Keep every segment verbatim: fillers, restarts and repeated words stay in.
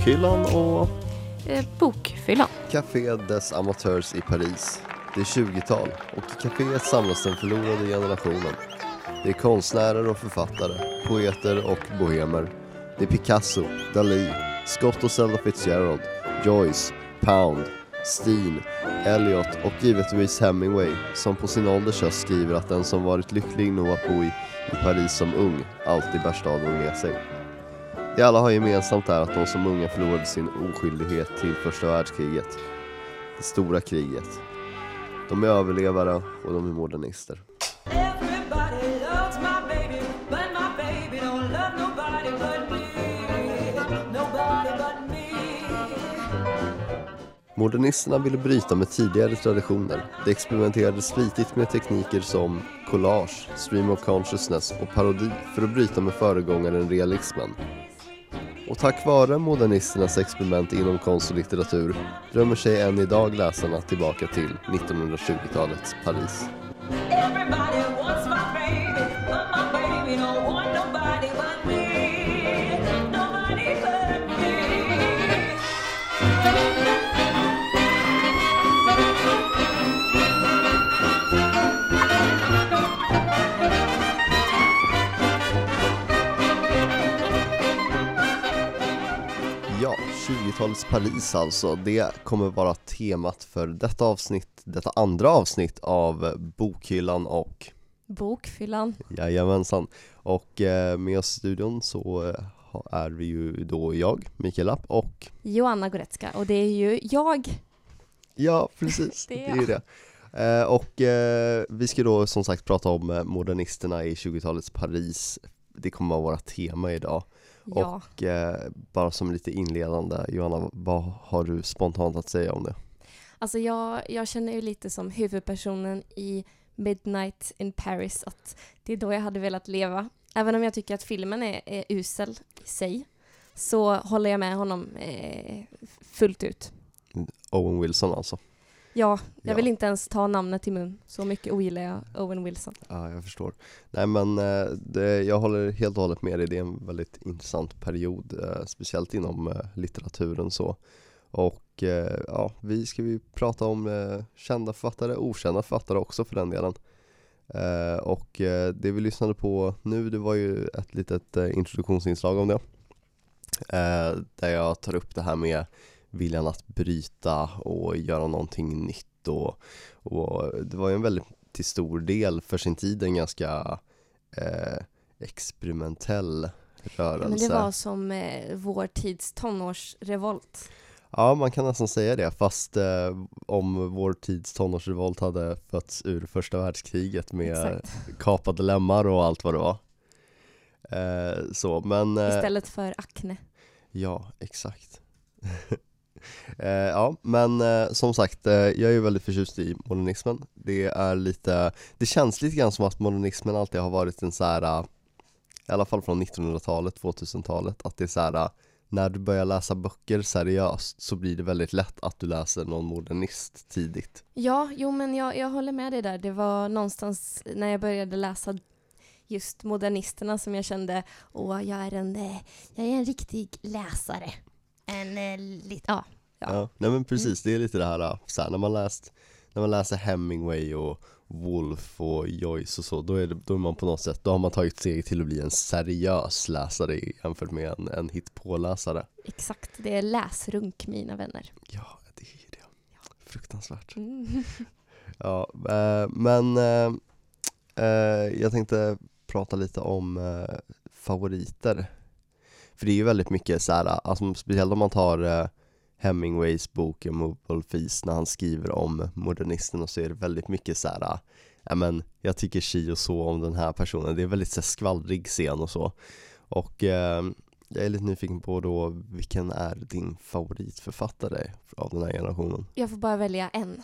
Bokhyllan och eh, Bokfyllan. Café des Amateurs i Paris. Det är tjugotal och i kaféet samlas den förlorade generationen. Det är konstnärer och författare, poeter och bohemer. Det är Picasso, Dalí, Scott och Zelda Fitzgerald, Joyce, Pound, Steen, Eliot och givetvis Hemingway, som på sin ålders höst skriver att den som varit lycklig nog att bo i, i Paris som ung alltid bär staden med sig. Det alla har gemensamt är att de som unga förlorade sin oskyldighet till första världskriget. Det stora kriget. De är överlevare och de är modernister. Modernisterna ville bryta med tidigare traditioner. De experimenterade flitigt med tekniker som collage, stream of consciousness och parodi för att bryta med föregångaren realismen. Och tack vare modernisternas experiment inom konst och litteratur drömmer sig än idag läsarna tillbaka till nittonhundratjugotalets Paris. Ja, tjugotalets Paris alltså, det kommer vara temat för detta avsnitt, detta andra avsnitt av Bokhyllan och Bokfyllan. Jajamensan. Och eh, med oss i studion så eh, är vi ju då jag, Mikael Lapp och Joanna Goretzka, och det är ju jag. Ja, precis, det är, det är det. Eh, och eh, vi ska då som sagt prata om eh, modernisterna i tjugotalets Paris. Det kommer att vara tema idag. Ja. Och eh, bara som lite inledande, Johanna, vad har du spontant att säga om det? Alltså jag, jag känner ju lite som huvudpersonen i Midnight in Paris, att det är då jag hade velat leva. Även om jag tycker att filmen är, är usel i sig, så håller jag med honom eh, fullt ut. Owen Wilson alltså. Ja, jag Ja. vill inte ens ta namnet i mun. Så mycket ogillar jag Owen Wilson. Ja, jag förstår. Nej, men eh, det, jag håller helt och hållet med dig. Det är en väldigt intressant period, eh, speciellt inom eh, litteraturen så. Och eh, ja, vi ska vi prata om eh, kända författare, okända författare också för den delen. Eh, och eh, det vi lyssnade på nu, det var ju ett litet eh, introduktionsinslag om det. Eh, där jag tar upp det här med viljan att bryta och göra någonting nytt. Och, och det var ju en väldigt till stor del för sin tid en ganska eh, experimentell rörelse. Men det var som eh, vår tids tonårsrevolt. Ja, man kan nästan säga det, fast eh, om vår tids tonårsrevolt hade fötts ur första världskriget med Exakt. kapade lemmar och allt vad det var. Eh, så, men, eh, Istället för akne. Ja, exakt. eh, ja, men eh, som sagt, eh, jag är ju väldigt förtjust i modernismen. Det är lite, det känns lite grann som att modernismen alltid har varit en så här, uh, i alla fall från nittonhundratalet, tvåtusentalet, att det är så här, uh, när du börjar läsa böcker seriöst så blir det väldigt lätt att du läser någon modernist tidigt. Ja, jo men jag, jag håller med dig där. Det var någonstans när jag började läsa just modernisterna som jag kände, åh, jag är en, eh, jag är en riktig läsare. En eh, lit, ja. Ja. ja. Nej, men precis, det är lite det här, så här när man läst när man läser Hemingway och Wolf och Joyce och så, då är, det, då är man på något sätt, då har man tagit steg till att bli en seriös läsare jämfört med en, en hittpåläsare. Exakt, det är läsrunk, mina vänner. Ja, det är det. Fruktansvärt. Mm. Ja, eh, men eh, eh, jag tänkte prata lite om eh, favoriter. För det är ju väldigt mycket så här, alltså, speciellt om man tar eh, Hemingways bok A Movable Feast, när han skriver om modernisterna, så är det väldigt mycket så här, ja, men jag tycker si och så om den här personen. Det är väldigt så här, skvallrig scen och så. Och eh, jag är lite nyfiken på då, vilken är din favoritförfattare av den här generationen? Jag får bara välja en.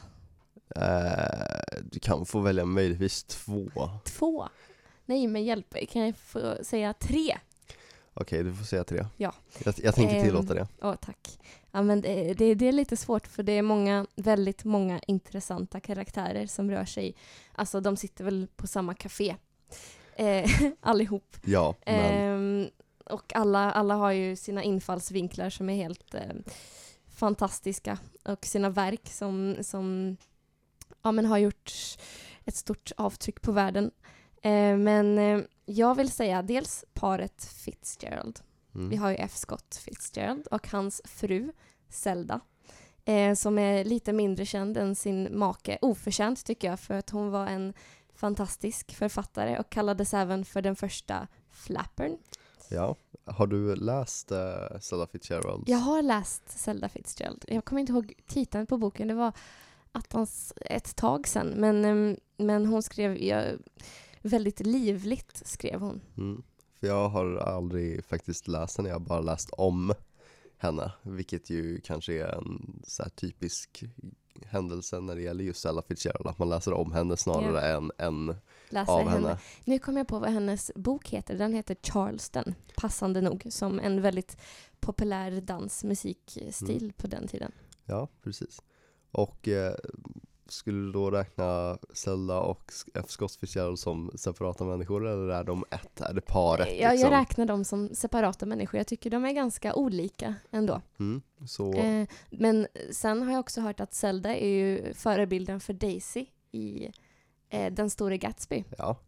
Eh, du kan få välja möjligtvis två. Två? Nej, men hjälp. Kan jag få säga tre? Okej, du får säga tre. Ja. Jag, jag tänkte Ehm, tillåta det. Åh, tack. Ja, men det, det, det är lite svårt, för det är många, väldigt många intressanta karaktärer som rör sig. Alltså, de sitter väl på samma café. Eh, allihop. Ja, men... Ehm, och alla, alla har ju sina infallsvinklar som är helt eh, fantastiska. Och sina verk som, som ja, men har gjort ett stort avtryck på världen. Eh, men eh, jag vill säga dels paret Fitzgerald. Mm. Vi har ju F. Scott Fitzgerald och hans fru Zelda. Eh, som är lite mindre känd än sin make. Oförtjänt tycker jag, för att hon var en fantastisk författare och kallades även för den första flappern. Ja, har du läst uh, Zelda Fitzgerald? Jag har läst Zelda Fitzgerald. Jag kommer inte ihåg titeln på boken. Det var attans ett tag sedan. Men, um, men hon skrev ja, väldigt livligt skrev hon. Mm. För jag har aldrig faktiskt läst henne, jag har bara läst om henne. Vilket ju kanske är en så här typisk händelse när det gäller just Zelda Fitzgerald. Att man läser om henne snarare Ja. än, än Läser av henne. henne. Nu kommer jag på vad hennes bok heter. Den heter Charleston. Passande nog. Som en väldigt populär dansmusikstil mm. på den tiden. Ja, precis. Och eh, skulle du då räkna Zelda och F. Scott Fitzgerald som separata människor, eller är de ett? Är det paret? Ja, liksom? jag räknar dem som separata människor. Jag tycker de är ganska olika ändå. Mm, så... Eh, men sen har jag också hört att Zelda är ju förebilden för Daisy i eh, Den store Gatsby. Ja,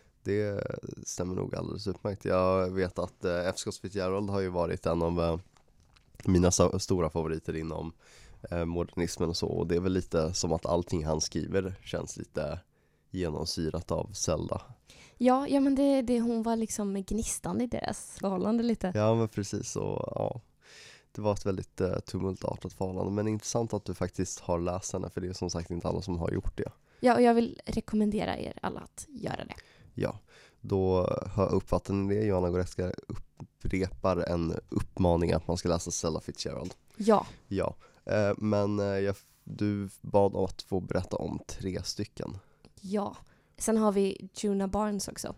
det stämmer nog alldeles utmärkt. Jag vet att eh, F. Scott Fitzgerald har ju varit en av eh, mina so- stora favoriter inom eh, modernismen och så. Och det är väl lite som att allting han skriver känns lite genomsyrat av Zelda. Ja, ja men det, det, hon var liksom gnistan i deras förhållande lite. Ja, men precis. Och, ja, det var ett väldigt eh, tumultartat förhållande. Men intressant att du faktiskt har läst henne, för det är som sagt inte alla som har gjort det. Ja, och jag vill rekommendera er alla att göra det. Ja, då har uppfattat ni det. Johanna Goretzka upprepar en uppmaning att man ska läsa Zelda Fitzgerald. Ja. Ja, eh, men eh, jag, du bad om att få berätta om tre stycken. Ja. Sen har vi Djuna Barnes också.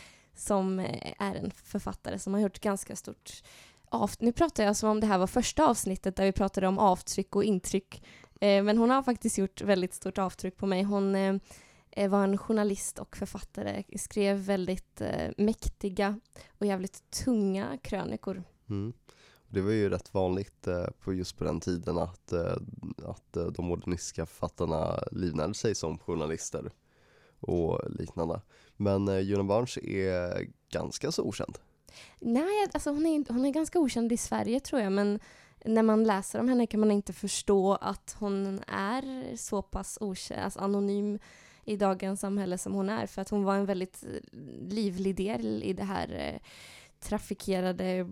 Som eh, är en författare som har gjort ganska stort avtryck. Nu pratar jag som om det här var första avsnittet där vi pratade om avtryck och intryck. Eh, men hon har faktiskt gjort väldigt stort avtryck på mig. Hon eh, var en journalist och författare. Skrev väldigt eh, mäktiga och jävligt tunga krönikor. Mm. Det var ju rätt vanligt eh, på just på den tiden att, eh, att eh, de modernistiska författarna livnärde sig som journalister och liknande. Men eh, Djuna Barnes är ganska så okänd. Nej, alltså hon är, hon är ganska okänd i Sverige tror jag, men när man läser om henne kan man inte förstå att hon är så pass okänd, alltså anonym i dagens samhälle som hon är, för att hon var en väldigt livlig del i det här eh, trafikerade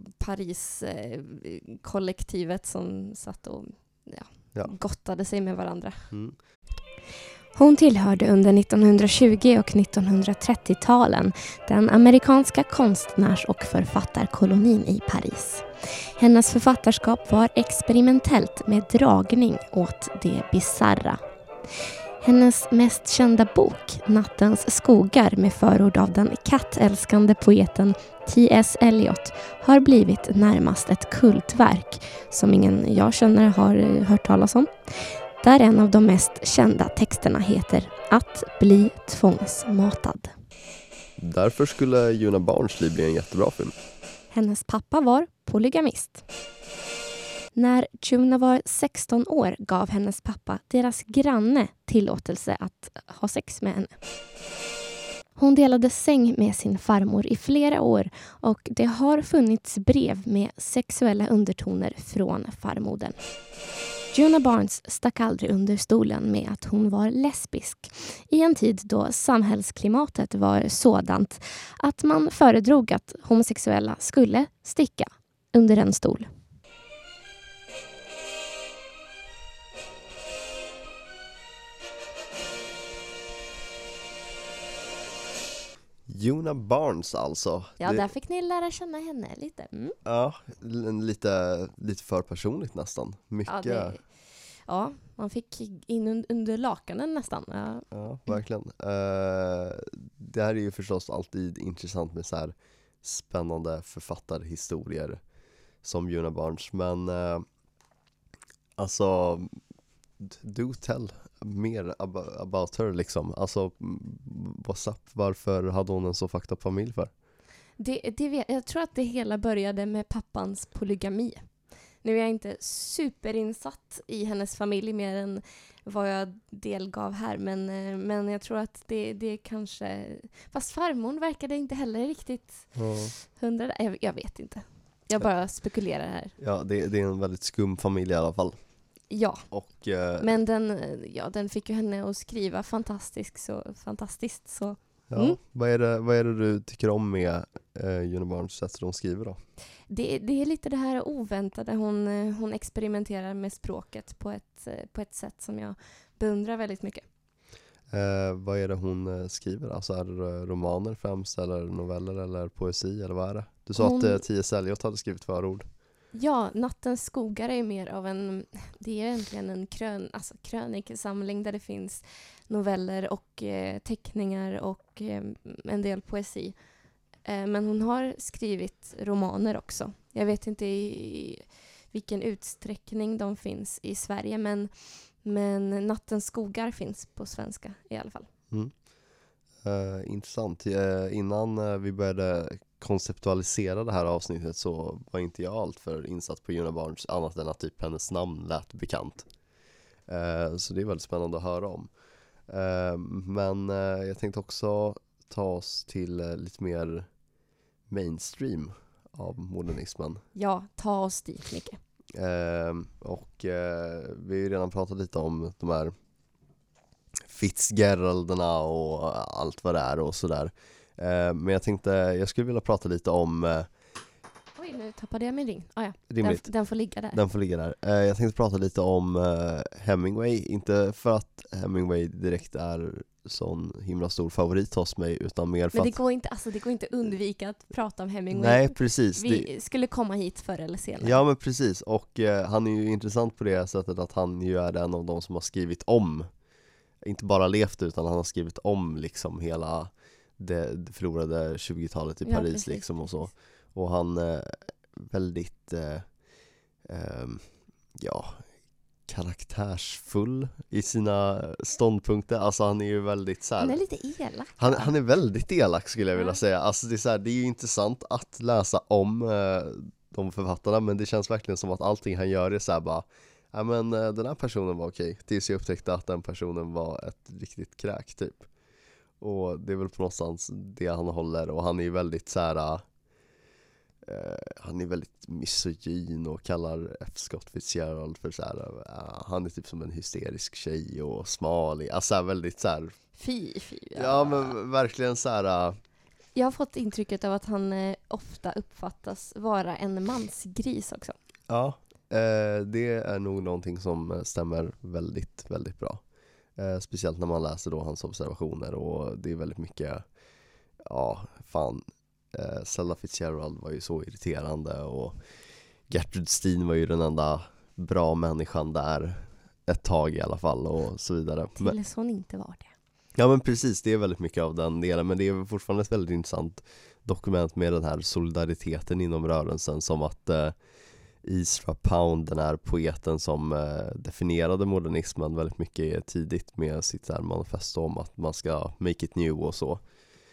Paris-kollektivet eh, som satt och ja, ja. gottade sig med varandra. Mm. Hon tillhörde under nittonhundratjugo- och nittonhundratrettio-talen den amerikanska konstnärs- och författarkolonin i Paris. Hennes författarskap var experimentellt med dragning åt det bizarra. Hennes mest kända bok, Nattens skogar med förord av den kattälskande poeten T S Eliot, har blivit närmast ett kultverk som ingen jag känner har hört talas om. Där en av de mest kända texterna heter Att bli tvångsmatad. Därför skulle Djuna Barnes liv bli en jättebra film. Hennes pappa var polygamist. När Djuna var sexton år gav hennes pappa deras granne tillåtelse att ha sex med henne. Hon delade säng med sin farmor i flera år och det har funnits brev med sexuella undertoner från farmodern. Djuna Barnes stack aldrig under stolen med att hon var lesbisk i en tid då samhällsklimatet var sådant att man föredrog att homosexuella skulle sticka under en stol. Djuna Barnes alltså. Ja, det... där fick ni lära känna henne lite. Mm. Ja, lite, lite för personligt nästan. Mycket... Ja, det... ja, man fick in under lakanen nästan. Ja, ja verkligen. Uh, det här är ju förstås alltid intressant med så här spännande författarhistorier som Djuna Barnes. Men uh, alltså, do tell mer ab- about her liksom. Alltså, what's up? Varför hade hon en så fucked up familj för? Det, det vet, jag tror att det hela började med pappans polygami. Nu är jag inte superinsatt i hennes familj mer än vad jag delgav här. Men, eh, men jag tror att det, det kanske... Fast farmor verkade inte heller riktigt Ja. hundra. Jag, jag vet inte. Jag bara spekulerar här. Ja, det, det är en väldigt skum familj i alla fall. Ja, Och, eh, men den, ja, den fick ju henne att skriva fantastiskt. Så, fantastiskt, så. ja, Mm. vad, är det, vad är det du tycker om med eh, June Barnes sätt som de skriver då? Det, det är lite det här oväntade. Hon, eh, hon experimenterar med språket på ett, eh, på ett sätt som jag beundrar väldigt mycket. Eh, vad är det hon eh, skriver? Alltså är det romaner främst eller noveller eller poesi eller vad är det? Du sa Hon- att eh, T S Eliot hade skrivit förord. Ja, Nattens skogar är mer av en... Det är egentligen en krön, alltså krönikesamling där det finns noveller och eh, teckningar och eh, en del poesi. Eh, men hon har skrivit romaner också. Jag vet inte i, i vilken utsträckning de finns i Sverige, men, men Nattens skogar finns på svenska i alla fall. Mm. Eh, intressant. Eh, innan eh, vi började konceptualisera det här avsnittet så var inte jag allt för insatt på June Barnes annat än att typ hennes namn lät bekant. Eh, så det är väldigt spännande att höra om. Eh, men eh, jag tänkte också ta oss till eh, lite mer mainstream av modernismen. Ja, ta oss dit, Micke. Eh, och eh, vi har ju redan pratat lite om de här Fitzgeralderna och allt vad det är och sådär. Eh, men jag tänkte, jag skulle vilja prata lite om eh, Oj, nu tappade jag min ring. Ah, ja. den, rimligt. den får ligga där. Den får ligga där. Eh, jag tänkte prata lite om eh, Hemingway, inte för att Hemingway direkt är sån himla stor favorit hos mig, utan mer för Men det att... går inte, alltså det går inte undvika att prata om Hemingway. Nej, precis. Vi Det... skulle komma hit förr eller senare. Ja, men precis. Och eh, han är ju intressant på det sättet att han ju är en av de som har skrivit om, inte bara levt utan han har skrivit om liksom hela det, det förlorade tjugotalet i Ja, Paris precis, liksom och så. precis. Och han är eh, väldigt eh, eh, ja, karaktärsfull i sina ståndpunkter. Alltså han är ju väldigt så här, Han är lite elak. han, han är väldigt elak skulle jag vilja Ja. säga. Alltså det är, så här, det är ju intressant att läsa om eh, de författarna, men det känns verkligen som att allting han gör är så här bara, ja men eh, den här personen var okej, tills jag upptäckte att den personen var ett riktigt kräk typ. Och det är väl på någonstans det han håller, och han är ju väldigt så här. Uh, han är väldigt misogyn och kallar F. Scott Fitzgerald för så här, uh, han är typ som en hysterisk tjej och smal, alltså väldigt så här. Fy, fy. Ja. Ja, men verkligen så här. Uh, Jag har fått intrycket av att han eh, ofta uppfattas vara en mansgris också. ja, uh, det är nog någonting som stämmer väldigt, väldigt bra. Uh, speciellt när man läser då hans observationer, och det är väldigt mycket, ja, fan. Uh, Zelda Fitzgerald var ju så irriterande, och Gertrude Stein var ju den enda bra människan där ett tag i alla fall och så vidare. Men, Tills hon inte var det. ja men precis, det är väldigt mycket av den delen, men det är fortfarande ett väldigt intressant dokument med den här solidariteten inom rörelsen, som att uh, Ezra Pound, den här poeten som uh, definierade modernismen väldigt mycket tidigt med sitt här manifesto om att man ska make it new och så.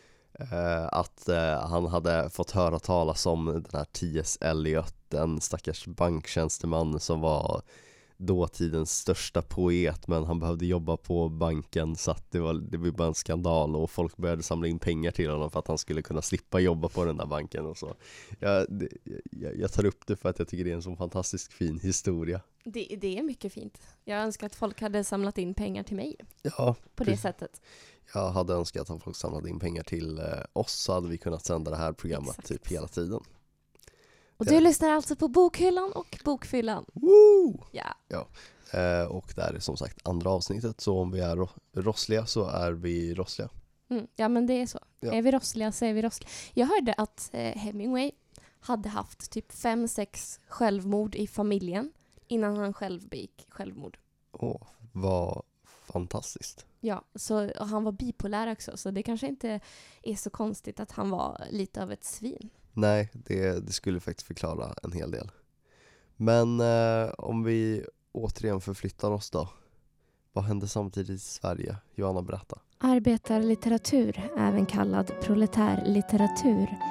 Uh, att uh, han hade fått höra talas om den här T S Eliot, en stackars banktjänsteman som var dåtidens största poet, men han behövde jobba på banken, så att det var, det var bara en skandal, och folk började samla in pengar till honom för att han skulle kunna slippa jobba på den där banken och så. Jag, det, jag, jag tar upp det för att jag tycker det är en så fantastiskt fin historia. det. Det är mycket fint. Jag önskar att folk hade samlat in pengar till mig Ja, på det sättet. jag hade önskat att folk samlade in pengar till eh, oss, så hade vi kunnat sända det här programmet Exakt. typ hela tiden. Och du lyssnar alltså på Bokhyllan och Bokfyllan. Woo! Ja. Eh, och det här är som sagt andra avsnittet, så om vi är ro- rossliga så är vi rossliga. Mm, ja, men det är så. Ja. Är vi rossliga så är vi rossliga. Jag hörde att eh, Hemingway hade haft typ fem, sex självmord i familjen innan han själv begick självmord. Åh, vad fantastiskt. Ja, så och han var bipolär också, så det kanske inte är så konstigt att han var lite av ett svin. Nej, det, det skulle faktiskt förklara en hel del. Men eh, om vi återigen förflyttar oss då. Vad hände samtidigt i Sverige? Johanna, berätta. Arbetarlitteratur, även kallad proletärlitteratur,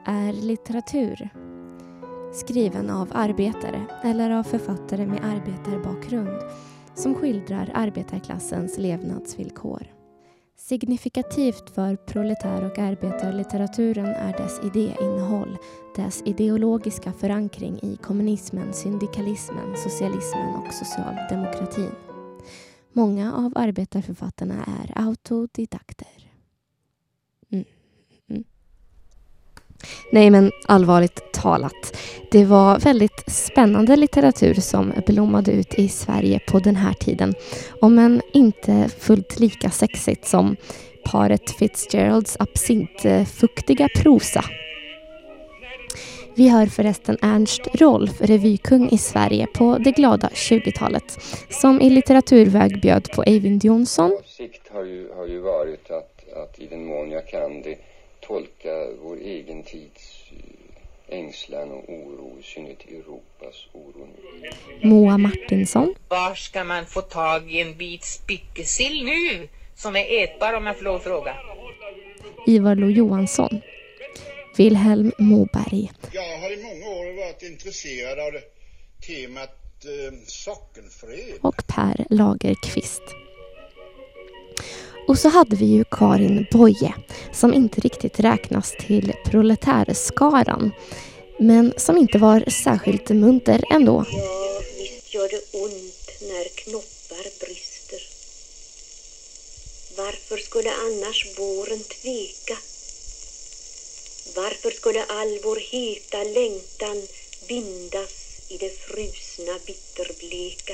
är litteratur. Skriven av arbetare eller av författare med arbetarbakgrund som skildrar arbetarklassens levnadsvillkor. Signifikativt för proletär- och arbetarlitteraturen är dess idéinnehåll, dess ideologiska förankring i kommunismen, syndikalismen, socialismen och socialdemokratin. Många av arbetarförfattarna är autodidakter. Mm. Mm. Nej, men allvarligt talat. Det var väldigt spännande litteratur som blommade ut i Sverige på den här tiden. Om än inte fullt lika sexigt som paret Fitzgeralds absintfuktiga prosa. Vi hör förresten Ernst Rolf, revykung i Sverige på det glada tjugotalet, som i litteraturväg bjöd på Eivind Johnson. Sikt har ju, har ju varit att, att i den mån jag kan det tolka vår egen tids ängslan och oro, i synnerhet Europas oro. Moa Martinsson. Var ska man få tag i en bit spickesill nu som är ätbar, om jag får lov att fråga? Ivar Lo Johansson. Wilhelm Moberg. Jag har i många år varit intresserad av temat eh, sockenfred. Och Per Lagerkvist. Och så hade vi ju Karin Boye, som inte riktigt räknas till proletärskaran, men som inte var särskilt munter ändå. Ja, visst gör det ont när knoppar brister. Varför skulle annars våren tveka? Varför skulle all vår heta längtan bindas i det frusna bitterbleka?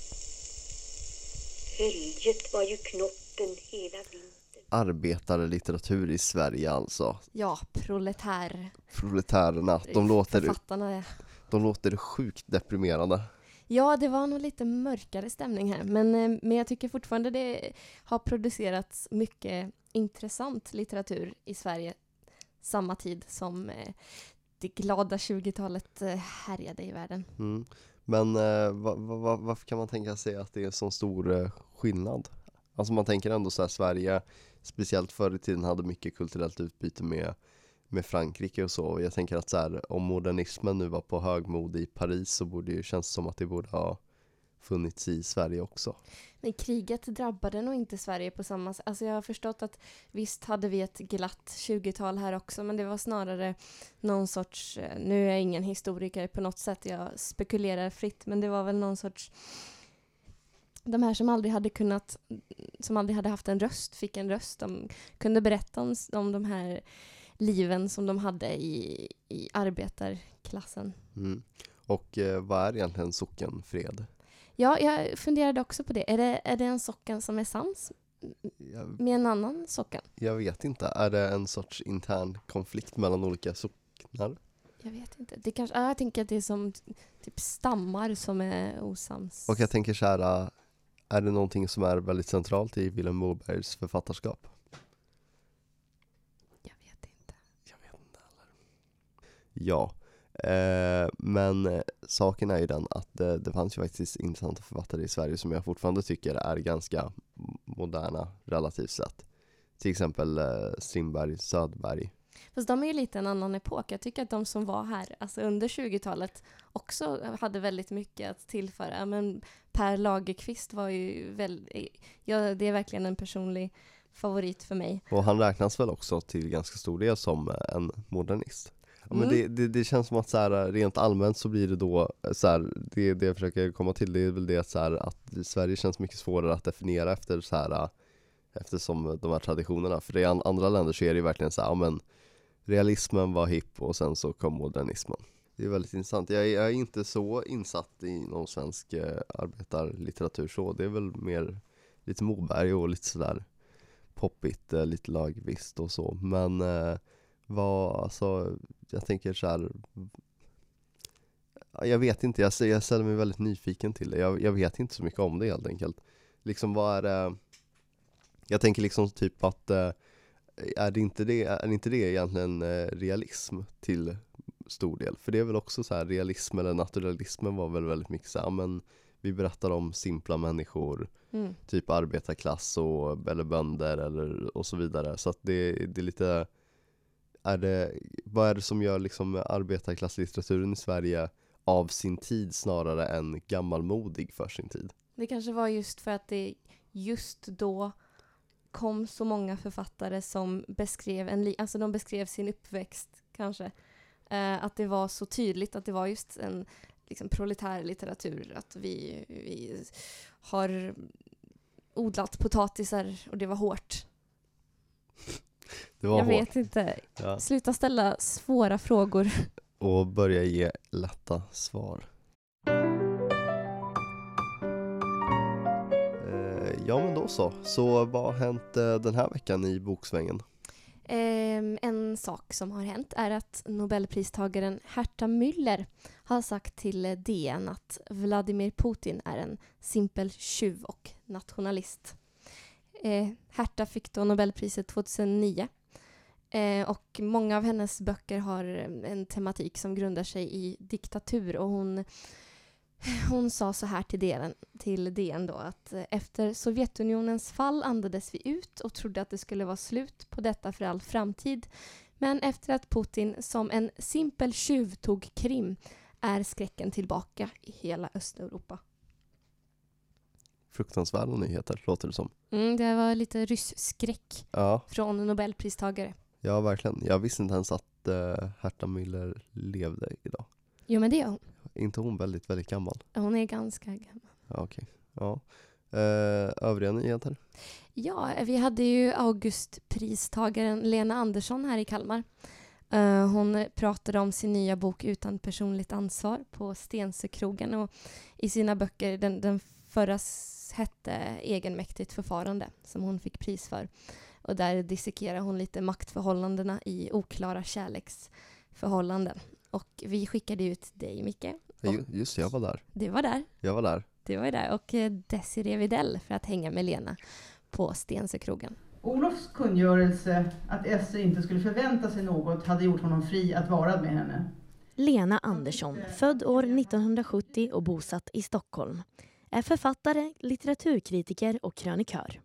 Höljet var ju knoppen hela vintern. Arbetarlitteratur i Sverige alltså. Ja, proletär. Proletärerna, de låter, Författarna. de låter sjukt deprimerande. Ja, det var nog lite mörkare stämning här. Men, eh, men jag tycker fortfarande det har producerats mycket intressant litteratur i Sverige samma tid som eh, det glada tjugotalet eh, härjade i världen. Mm. Men eh, va, va, va, varför kan man tänka sig att det är så stor eh, skillnad? Alltså man tänker ändå så här, Sverige, speciellt förr i tiden, hade mycket kulturellt utbyte med, med Frankrike och så. Jag tänker att så här, om modernismen nu var på högmod i Paris så borde det ju kännas som att det borde ha funnits i Sverige också. Men kriget drabbade nog inte Sverige på samma sätt. Alltså jag har förstått att visst hade vi ett glatt tjugotal här också, men det var snarare någon sorts, nu är jag ingen historiker på något sätt, jag spekulerar fritt, men det var väl någon sorts, de här som aldrig hade kunnat, som aldrig hade haft en röst, fick en röst, de kunde berätta om, om de här liven som de hade i, i arbetarklassen. Mm. Och eh, vad är egentligen sockenfred? Ja, jag funderade också på det. Är det, är det en socken som är sams jag, med en annan socken? Jag vet inte. Är det en sorts intern konflikt mellan olika socknar? Jag vet inte. Det kanske, ja, jag tänker att det är som typ stammar som är osams. Och jag tänker så här, är det någonting som är väldigt centralt i Vilhelm Mobergs författarskap? Jag vet inte. Jag vet inte heller. Ja. Eh, men eh, saken är ju den att eh, det fanns ju faktiskt intressanta författare i Sverige som jag fortfarande tycker är ganska moderna relativt sett. Till exempel eh, Strindberg, Söderberg. Fast de är ju lite en annan epok. Jag tycker att de som var här alltså under tjugotalet också hade väldigt mycket att tillföra. Men Per Lagerkvist var ju väldigt, ja, det är verkligen en personlig favorit för mig. Och han räknas väl också till ganska stor del som en modernist. Ja, men Mm. det, det, det känns som att så här, rent allmänt så blir det då så här, det, det jag försöker komma till, det är väl det så här, att Sverige känns mycket svårare att definiera efter så här, eftersom de här traditionerna, för i andra länder så är det verkligen så här, ja, men realismen var hipp och sen så kom modernismen. Det är väldigt intressant. Jag är, jag är inte så insatt i någon svensk eh, arbetarlitteratur så, det är väl mer lite Moberg och lite sådär poppigt, eh, lite Lagerkvist och så, men eh, vad, alltså, jag tänker så här, jag vet inte, jag, jag ställer mig väldigt nyfiken till det. Jag, jag vet inte så mycket om det helt enkelt. Liksom vad är det, jag tänker liksom typ att är det inte det, är inte det egentligen realism till stor del? För det är väl också så här, realism eller naturalismen var väl väldigt mycket så här, men vi berättar om simpla människor, mm. typ arbetarklass och, eller bönder eller, och så vidare. Så att det, det är lite, är det, vad är det som gör liksom arbetarklasslitteraturen i Sverige av sin tid snarare än gammalmodig för sin tid? Det kanske var just för att det just då kom så många författare som beskrev en li- alltså de beskrev sin uppväxt kanske. Eh, att det var så tydligt att det var just en liksom, proletär litteratur. Att vi, vi har odlat potatisar och det var hårt. Det var Jag hårt. vet inte. Ja. Sluta ställa svåra frågor. Och börja ge lätta svar. Eh, ja men då så. Så vad har hänt eh, den här veckan i boksvängen? Um, en sak som har hänt är att Nobelpristagaren Herta Müller har sagt till D N att Vladimir Putin är en simpel tjuv och nationalist. Uh, Herta fick då Nobelpriset tjugohundranio uh, och många av hennes böcker har en tematik som grundar sig i diktatur och hon Hon sa så här till D N, till D N då att efter Sovjetunionens fall andades vi ut och trodde att det skulle vara slut på detta för all framtid. Men efter att Putin som en simpel tjuv tog Krim är skräcken tillbaka i hela Östeuropa. Fruktansvärda nyheter, låter det som. Mm, det var lite ryss-skräck Ja, från Nobelpristagare. ja verkligen. Jag visste inte ens att uh, Herta Müller levde idag. Jo, men det är hon. Inte hon väldigt, väldigt gammal? Hon är ganska gammal. Ja, okej. Ja. Eh, övriga nyheter? Ja, vi hade ju Augustpristagaren Lena Andersson här i Kalmar. Uh, hon pratade om sin nya bok Utan personligt ansvar på Stensökrogen och i sina böcker, den, den förra hette Egenmäktigt förfarande som hon fick pris för. Och där dissekerar hon lite maktförhållandena i oklara kärleksförhållanden. Och vi skickade ut dig, Micke. Ja, ju- just det, jag var där. Du var där. Jag var där. Du var ju där. Och eh, Desiree Widell för att hänga med Lena på Stensökrogen. Olofs kungörelse att S E inte skulle förvänta sig något hade gjort honom fri att vara med henne. Lena Andersson, född år nittonhundrasjuttio och bosatt i Stockholm, är författare, litteraturkritiker och krönikör.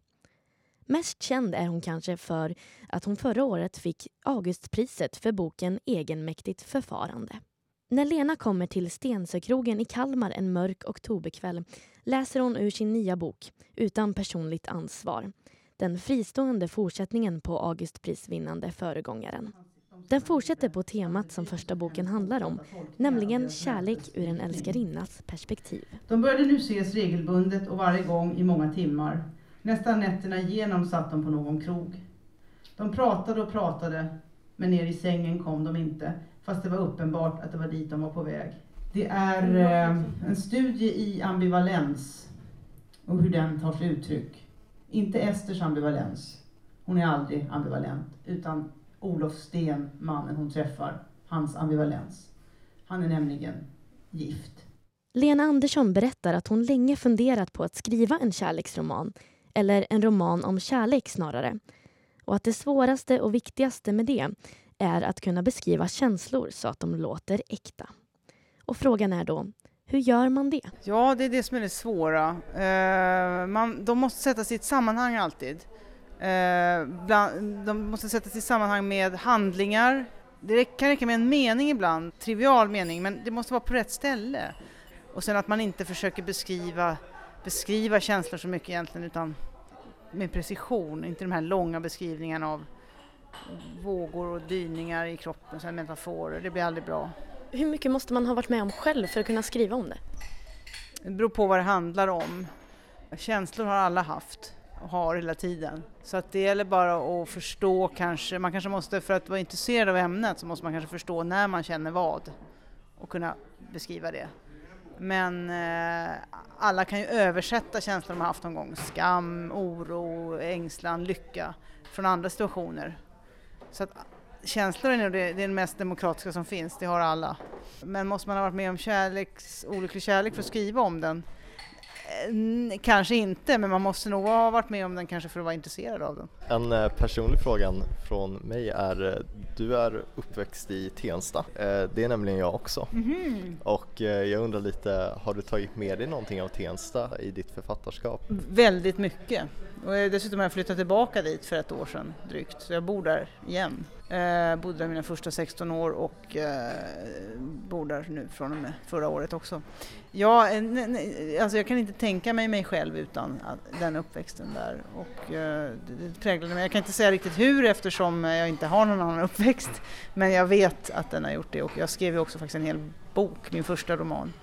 Mest känd är hon kanske för att hon förra året fick Augustpriset för boken Egenmäktigt förfarande. När Lena kommer till Stensökrogen i Kalmar en mörk oktoberkväll läser hon ur sin nya bok Utan personligt ansvar, den fristående fortsättningen på Augustprisvinnande föregångaren. Den fortsätter på temat som första boken handlar om, nämligen kärlek ur en älskarinnas perspektiv. De började nu ses regelbundet och varje gång i många timmar. Nästan nätterna igenom satt de på någon krog. De pratade och pratade, men ner i sängen kom de inte, fast det var uppenbart att det var dit de var på väg. Det är eh, en studie i ambivalens och hur den tar sig uttryck. Inte Esters ambivalens, hon är aldrig ambivalent, utan Olof Sten, mannen hon träffar, hans ambivalens. Han är nämligen gift. Lena Andersson berättar att hon länge funderat på att skriva en kärleksroman, eller en roman om kärlek snarare. Och att det svåraste och viktigaste med det är att kunna beskriva känslor så att de låter äkta. Och frågan är då, hur gör man det? Ja, det är det som är det svåra. Eh, man, de måste sättas i ett sammanhang alltid. Eh, bland, de måste sättas i sammanhang med handlingar. Det kan räcka med en mening ibland, trivial mening, men det måste vara på rätt ställe. Och sen att man inte försöker beskriva, beskriva känslor så mycket egentligen, utan med precision. Inte de här långa beskrivningarna av vågor och dyningar i kroppen, så här metaforer. Det blir aldrig bra. Hur mycket måste man ha varit med om själv för att kunna skriva om det? Det beror på vad det handlar om. Känslor har alla haft och har hela tiden. Så att det gäller bara att förstå kanske. Man kanske måste, för att vara intresserad av ämnet, så måste man kanske förstå när man känner vad och kunna beskriva det. Men eh, alla kan ju översätta känslor de har haft någon gång. Skam, oro, ängslan, lycka från andra situationer. Så att känslor är nog det, det är det mest demokratiska som finns, det har alla. Men måste man ha varit med om kärleks, olycklig kärlek för att skriva om den? Eh, kanske inte, men man måste nog ha varit med om den kanske för att vara intresserad av den. En eh, personlig fråga från mig är, du är uppväxt i Tensta, eh, det är nämligen jag också. Mm-hmm. Och Och eh, jag undrar lite, har du tagit med dig någonting av Tensta i ditt författarskap? Väldigt mycket. Och dessutom har jag flyttat tillbaka dit för ett år sedan drygt. Så jag bor där igen. Eh, bodde där mina första sexton år och eh, bor där nu från och med förra året också. Ja, ne, ne, alltså jag kan inte tänka mig mig själv utan att, den uppväxten där. Och eh, det, det präglade mig. Jag kan inte säga riktigt hur eftersom jag inte har någon annan uppväxt. Men jag vet att den har gjort det och jag skrev ju också faktiskt en hel bok, min första roman,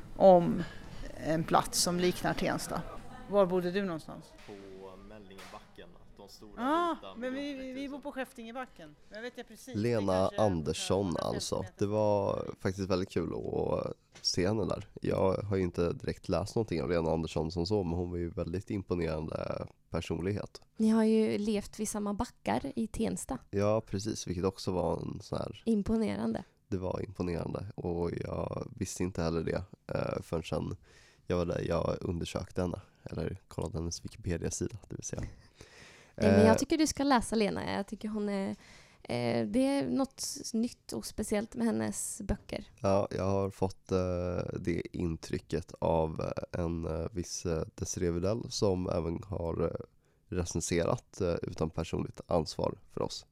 om en plats som liknar Tensta. Var bodde du någonstans? På Mällingebacken, de stora Ja, ah, vita men vi, vi, vi bor på Skäftingebacken. Jag vet jag precis. Lena Andersson alltså. Det var faktiskt väldigt kul att se henne där. Jag har ju inte direkt läst någonting av Lena Andersson som så, men hon var ju väldigt imponerande personlighet. Ni har ju levt vid samma backar i Tensta. Ja, precis, vilket också var en sån här... Imponerande. Det var imponerande och jag visste inte heller det uh, förrän sen jag var där, jag undersökte henne eller kollade hennes Wikipedia-sida, det vill säga. Nej, men jag tycker du ska läsa Lena. Jag tycker hon är, eh, det är något nytt och speciellt med hennes böcker. Ja, jag har fått eh, det intrycket av en eh, viss eh, Desirée Videll som även har eh, recenserat eh, utan personligt ansvar för oss.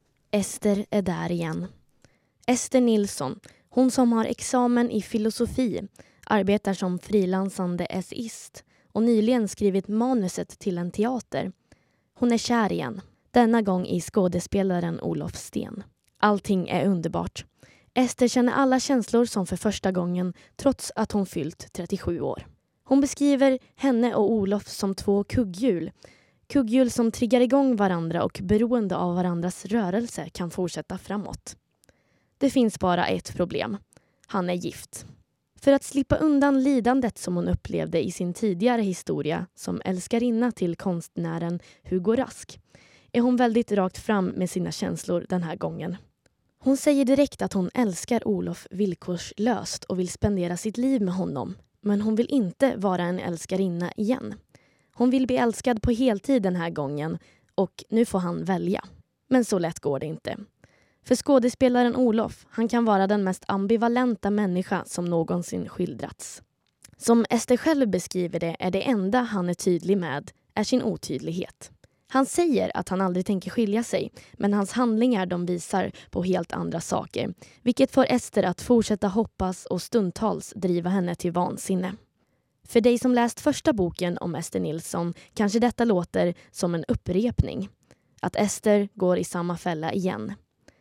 Ester är där igen. Ester Nilsson, hon som har examen i filosofi, arbetar som frilansande essayist och nyligen skrivit manuset till en teater. Hon är kär igen, denna gång i skådespelaren Olof Sten. Allting är underbart. Ester känner alla känslor som för första gången trots att hon fyllt trettiosju år. Hon beskriver henne och Olof som två kugghjul. Kugghjul som triggar igång varandra och beroende av varandras rörelse kan fortsätta framåt. Det finns bara ett problem. Han är gift. För att slippa undan lidandet som hon upplevde i sin tidigare historia som älskarinna till konstnären Hugo Rask är hon väldigt rakt fram med sina känslor den här gången. Hon säger direkt att hon älskar Olof villkorslöst och vill spendera sitt liv med honom. Men hon vill inte vara en älskarinna igen. Hon vill bli älskad på heltid den här gången och nu får han välja. Men så lätt går det inte. För skådespelaren Olof, han kan vara den mest ambivalenta människa som någonsin skildrats. Som Ester själv beskriver det är det enda han är tydlig med är sin otydlighet. Han säger att han aldrig tänker skilja sig, men hans handlingar de visar på helt andra saker. Vilket får Ester att fortsätta hoppas och stundtals driva henne till vansinne. För dig som läst första boken om Ester Nilsson kanske detta låter som en upprepning. Att Ester går i samma fälla igen.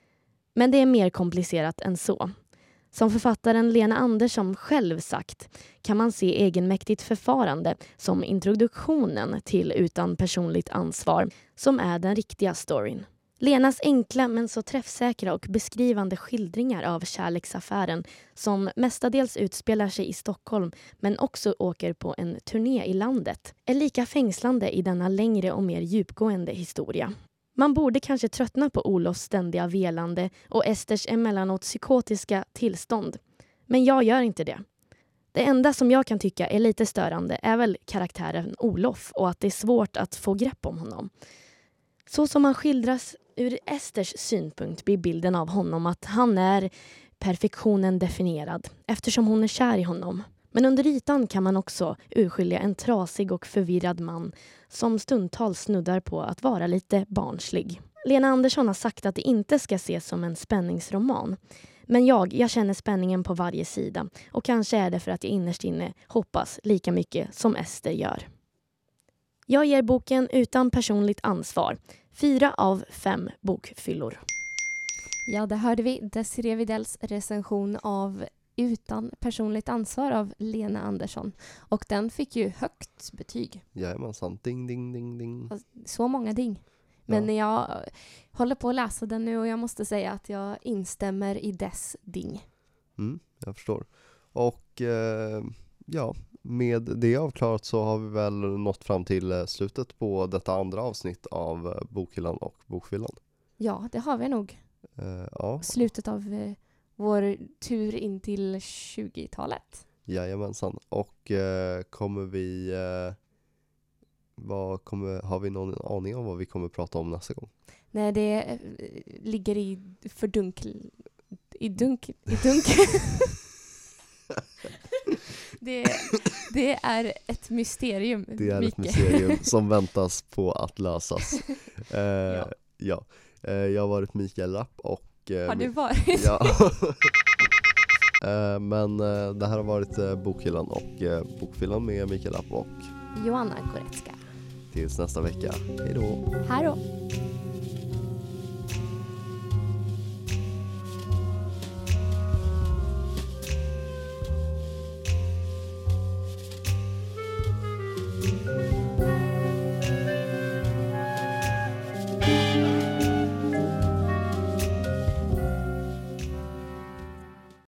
Men det är mer komplicerat än så. Som författaren Lena Andersson själv sagt kan man se egenmäktigt förfarande som introduktionen till Utan personligt ansvar som är den riktiga storyn. Lenas enkla men så träffsäkra och beskrivande skildringar av kärleksaffären som mestadels utspelar sig i Stockholm men också åker på en turné i landet är lika fängslande i denna längre och mer djupgående historia. Man borde kanske tröttna på Olofs ständiga velande och Esters emellanåt psykotiska tillstånd. Men jag gör inte det. Det enda som jag kan tycka är lite störande är väl karaktären Olof och att det är svårt att få grepp om honom. Så som han skildras ur Esters synpunkt blir bilden av honom att han är perfektionen definierad eftersom hon är kär i honom. Men under ytan kan man också urskilja en trasig och förvirrad man som stundtals snuddar på att vara lite barnslig. Lena Andersson har sagt att det inte ska ses som en spänningsroman. Men jag, jag känner spänningen på varje sida och kanske är det för att jag innerst inne hoppas lika mycket som Ester gör. Jag ger boken Utan personligt ansvar. Fyra av fem bokfyllor. Ja, där hörde vi Desirée Vidells recension av Utan personligt ansvar av Lena Andersson. Och den fick ju högt betyg. Jajamensan, ding, ding, ding, ding. Så många ding. Men Ja. jag håller på att läsa den nu och jag måste säga att jag instämmer i dess ding. Mm, jag förstår. Och eh, ja, med det avklarat så har vi väl nått fram till eh, slutet på detta andra avsnitt av eh, Bokhyllan och Bokfyllan. Ja, det har vi nog. Eh, ja, Slutet av eh, vår tur in till tjugotalet. jajamensan. Och eh, kommer vi... Eh, vad kommer, har vi någon aning om vad vi kommer prata om nästa gång? Nej, det eh, ligger i fördunkel... I dunk... I dunk... Det, det är ett mysterium. Det är ett Micke. mysterium som väntas på att lösas. Eh, ja. ja. Eh, jag har varit Mikael Rapp och... Eh, har du varit? Ja. eh, men eh, det här har varit eh, Bokhyllan och eh, Bokfyllan med Mikael Rapp och Joanna Goretzka. tills nästa vecka. Hej då! Hej då!